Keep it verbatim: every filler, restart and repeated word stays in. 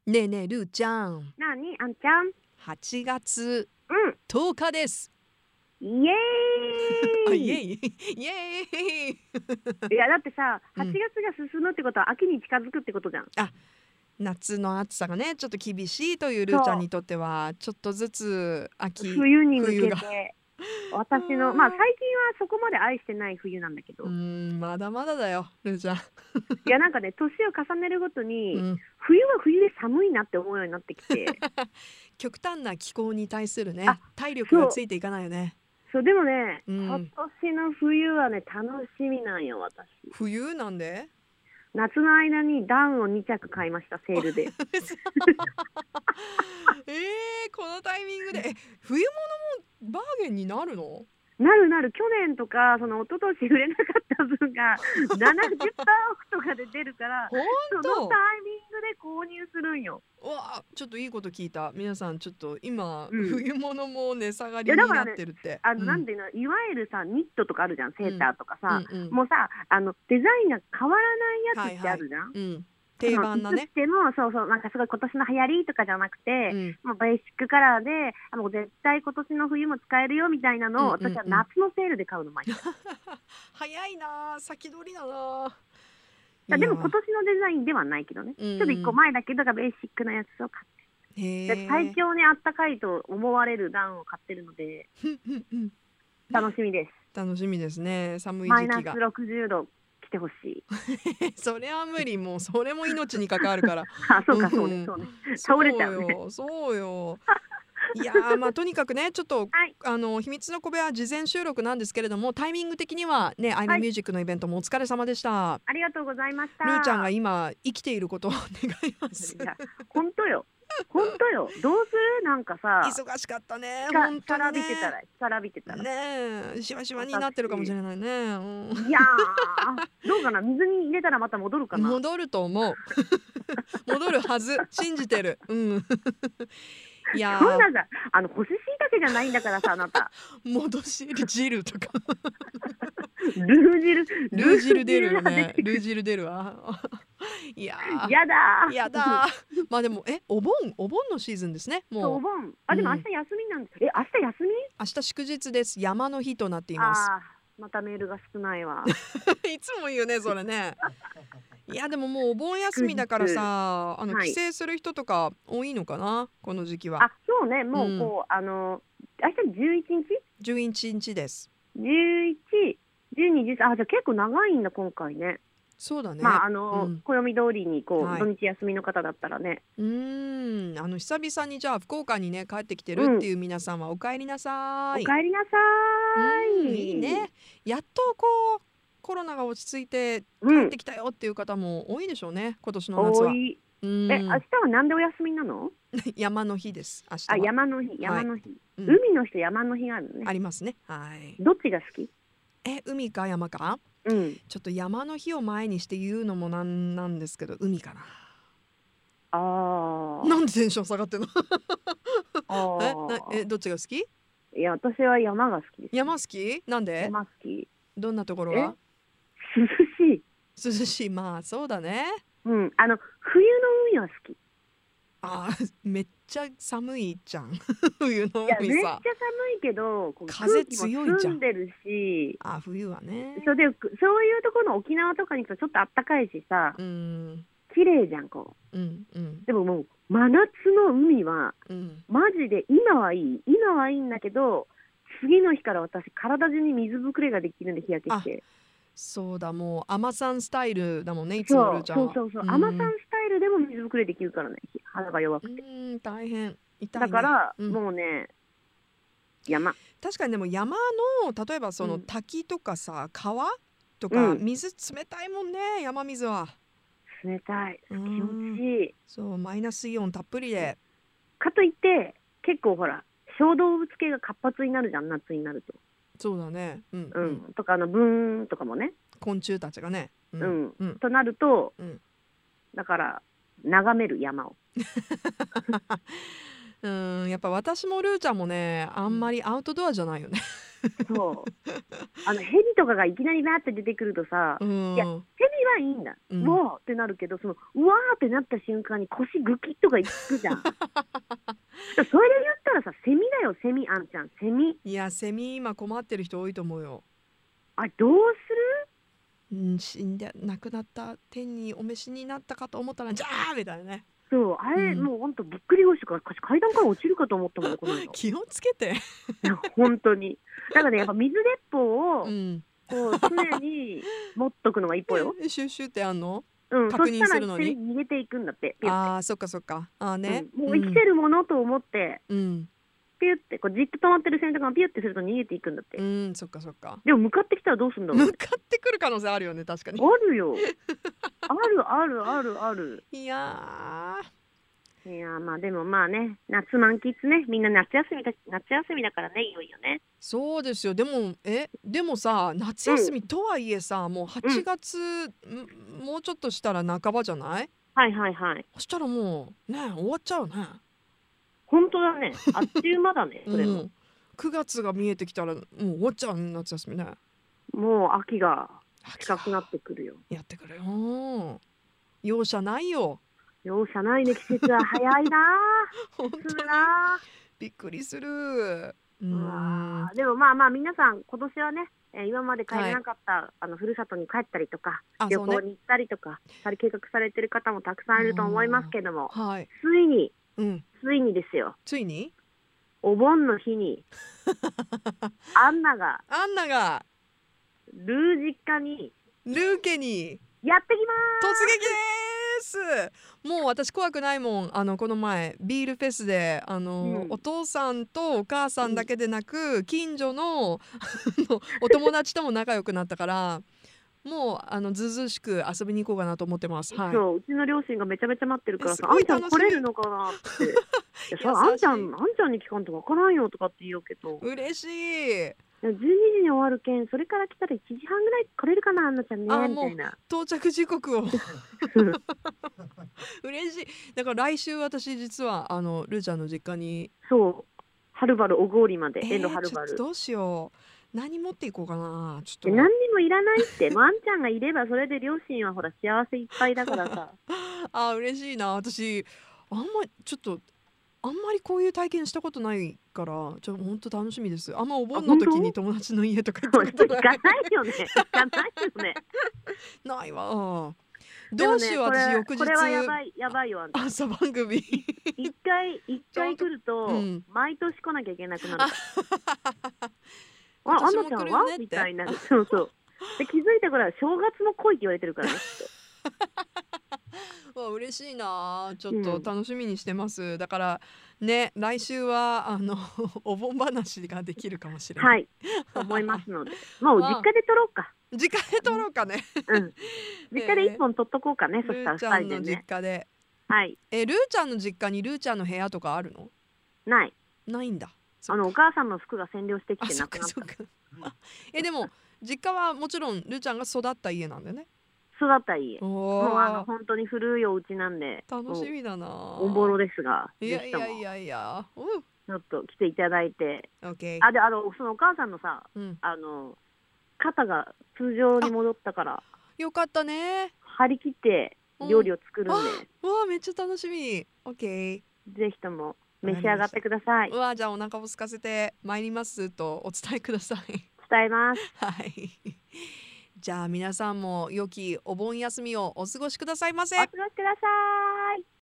ねえねえルーちゃん、 なにあんちゃん。 はちがつうとおかです。 ん。イエーイ。 あイエイイエーイいやだってさ、 うんはちがつが進むってことは秋に近づくってことじゃん。 あ夏の暑さがねちょっと厳しいというルーちゃんそう。 にとってはちょっとずつ秋冬に向冬がけて。私のまあ最近はそこまで愛してない冬なんだけうど、 ーんまだまだだよルーちゃんいやなんかね年を重ねるごとに、 うん冬は冬で寒いなって思うようになってきて極端な気候に対するねあ体力がついていかないよね。 そうでもね、 うん今年の冬はね楽しみなんよ私。 冬なんで夏の間にダウンをに着買いましたセールでえー、このタイミングでえ冬物もバーゲンになるのなるなる。去年とかその一昨年売れなかった分がななじゅっパーセントオフとかで出るからほんそのとタイミングで購入するんよ。 うわちょっといいこと聞いた皆さんちょっと今、 うん冬物も値下がりいやだになからねってるってあの、 うんなんていうのいわゆるさニットとかあるじゃんセーターとかさ、 うんうんもうさあのデザインが変わらないやつってあるじゃん、 うん定番なねいつしてもそうそうなんかすごい今年の流行りとかじゃなくて、 うんもうベーシックカラーであもう絶対今年の冬も使えるよみたいなのを、 うんうんうん私は夏のセールで買うの毎回早いな先取りだなやでも今い年のデザインではないけどね、 うんちょっといっこまえだけどがベーシックなやつを買ってやで最強にあったかいと思われるダウンを買ってるので楽しみです。 楽しみですね寒いマイナス時期がろくじゅうど来てほしいそれは無理もうそれも命に関わるからあそうかそうねそうね倒れちゃうねそうよそうよいやーまあとにかくねちょっと、 はい、 あの秘密の小部屋事前収録なんですけれどもタイミング的にはねアイリーミュージックのイベントもお疲れ様でした、 ありがとうございました。 ルーちゃんが今生きていることを願いますいや本当よ本当よどうするなんかさ忙しかったね干本当からにねびてたら干からびてたら、 ねえしわしわになってるかもしれないね、うんいやーどうかな水に入れたらまた戻るかな。 戻ると思う戻るはず信じてるうんいやそんなさあの干し椎茸じゃないんだからさあなた戻し汁とかルー汁ルー汁出るよがねてくるルー汁出るわいやーやだーやだーまあでもえお盆お盆のシーズンですねそうもうお盆あでも明日休みなんです、え明日休み明日祝日です山の日となっていますあーまたメールが少ないわいつも言うねそれねいやでももうお盆休みだからさあのはい帰省する人とか多いのかなこの時期はあそうねもうこう、あの明日じゅういちにちじゅういちにちですじゅういち、じゅうに、じゅうさんあじゃあ結構長いんだ今回ね。 そうだねまああの、 うん暦通りにこう、 はい土日休みの方だったらね。 うーんあの久々にじゃあ福岡にね帰ってきてるっていう皆さんはお帰りなさい、 お帰りなさうんーい。 いいねやっとこうコロナが落ち着いて帰うんってきたよっていう方も多いでしょうね今年の夏は多い。 うんえ明日はなんでお休みなの？ 山の日です明日はあ山の日山の日、 うん海の日と山の日があるのね。 ありますねはいどっちが好き？ え海か山かうん。 ちょっと山の日を前にして言うのもなんなんですけど海かなあーなんでテンション下がってんのあえなー。 えどっちが好きいや私は山が好きです。 山好きなんで山好き。 どんなところが涼しい。 涼しいまあそうだねうん。あの冬の海は好き。 あーめっちゃ寒いじゃん冬のいやめっちゃ海さ寒いけどこう風空気も強いじゃん澄んでるしあ冬はねそうでそういうところの沖縄とかに行くとちょっとあったかいしさうん綺麗じゃんこうんうんうでももう真夏の海はうんマジで今はいい今はいいんだけど次の日から私体中に水ぶくれができるんで日焼けしてそうだもう海女さんスタイルだもんねいつもそうルーちゃんはそうそうそう海女さんスタイルでも水ぶくれできるからね肌が弱くてうん大変痛いねだからうんもうね山確かにでも山の例えばそのうん滝とかさ川とかうん水冷たいもんね山水は冷たい気うん持ちいいそうマイナスイオンたっぷりでかといって結構ほら小動物系が活発になるじゃん夏になると、 そうだねうんううんんとかあのブーンとかもね、 昆虫たちがねううんうんとなると、 うんだから眺める山をうんやっぱ私もルーちゃんもねあんまりアウトドアじゃないよねそうあのヘビとかがいきなりバーって出てくるとさ、 うんいやヘビはいいんだ、 うんうわーってなるけど、そのうわーってなった瞬間に腰グキッとかいくじゃんそれで言ったらさ、セミだよ、セミ。あんちゃん、セミ。 いやセミ今困ってる人多いと思うよ。 あ、どうする？ うん、死んで亡くなった天にお召しになったかと思ったらじゃーみたいなね。 そう、あれ、 うんもうほんとびっくり腰から私階段から落ちるかと思ったもんね、この間。い気をつけて。 や、本当に。だからね、やっぱ水鉄砲を、 うんこう、常に持っとくのが一歩よ。 えシュッシュってあんの？ うん、そ確認したらするのに一緒に逃げていくんだって、ピュッて。 あーそっかそっかあーね、 うん、もう生きてるものと思って、 うんピュッて、こうじっと止まってる先頭がピュッてすると逃げていくんだって。 うん、うんそっかそっか。 でも向かってきたらどうすんだろうね。 向かってくる可能性あるよね確かに。 あるよ。あるあるあるある。 いやいやー、まあでもまあね、夏満喫ね、みんな夏休みだ、夏休みだからね、いよいよね。 そうですよ。でもえでもさ夏休みとはいえさ、もうはちがつ、んもうちょっとしたら半ばじゃない？ はいはいはい。 そしたらもうね終わっちゃうね。 本当だね。あっちゅう間だね、それも。 うん、くがつが見えてきたらもう終わっちゃうね夏休みね。 もう秋が秋近くなってくるよ。 やってくるよ。容赦ないよ。 容赦ないね、季節は早いな本当にー。するなびっくりする。うー。 んうわーでもまあまあ皆さん今年はね、えー今まで帰れなかった、あのふるさとに帰ったりとか、旅あそうね行に行ったりとか、され計画されてる方もたくさんいると思いますけども、 はい、 ついに、 うん、 ついにですよ、 ついにお盆の日に、アンナがアンナがルー実家にルー家にやってきま突撃です。もう私怖くないもん。あのこの前ビールフェスであの、 うんお父さんとお母さんだけでなく、近所のあのお友達とも仲良くなったからもうあのずうずうしく遊びに行こうかなと思ってます。 す。 はい。 そう、うちの両親がめちゃめちゃ待ってるからすさ、あんちゃんごい楽しみ来れるのかなって。いやそれ優しいあんちゃん、あんちゃんに聞かんとわからんよとかって言うけど、 嬉しい。 じゅうにじに終わるけん、それから来たらいちじはんぐらい来れるかな、あんなちゃんね、 あみたいな。 到着時刻を嬉しい。だから来週私実はあのルーちゃんの実家にそう、はるばる小郡まで、 えー、 遠路はるちょばる。 っとどうしよう。何持っていこうかな。ちょっとで何にもいらないって、もうあんちゃんがいればそれで両親はほら幸せいっぱいだからさ。 あ嬉しいな。私あんまちょっとあんまりこういう体験したことないからちょっと本当楽しみです。あんまお盆の時に友達の家とか行そうったことない行かないよね。行かないよね。 ないわ。 でもねどうしよう、 これ私翌日これはやばい、やばいよ、あんた。 朝番組一回、一回来ると、 うん毎年来なきゃいけなくなるから。あ、 今アンナちゃんは年も来るよねってみたいな。そうそう。で、気づいたから正月も来いって言われてるからね。 わ嬉しいな。ちょっとうん楽しみにしてます。だからね来週はあのお盆話ができるかもしれない。 はい。思いますので。もう実家で撮ろうか。 実家で撮ろうかね。 うん。実家で一本撮っとこうかね。そルしたらーちゃんの二人でね。 実家で。 はい。 えルーちゃんの実家にルーちゃんの部屋とかあるの？ ない。 ないんだ。 あの、お母さんの服が占領してきあてそっかそっなくなった。 か。えでも実家はもちろんルーちゃんが育った家なんだよね。 育った家。 おもうあの、 お本当に古いお家なんで、 楽しみだな。 おぼろですが、 いぜひともやいやいやいや。うちょっと来ていただいて。 ん。オッケー。 あ、で、あの、そのお母さんのさ、 うん。 あの、肩が通常に戻ったから、 よかったね。 張り切って料理を作るんわで、 あわあめっちゃ楽しみ。オッケー。 ぜひとも召し上がってください。 うわじゃあお腹を空かせて参りますとお伝えください。 伝えます。 はい。じゃあ皆さんも良きお盆休みをお過ごしくださいませ。 お過ごしください。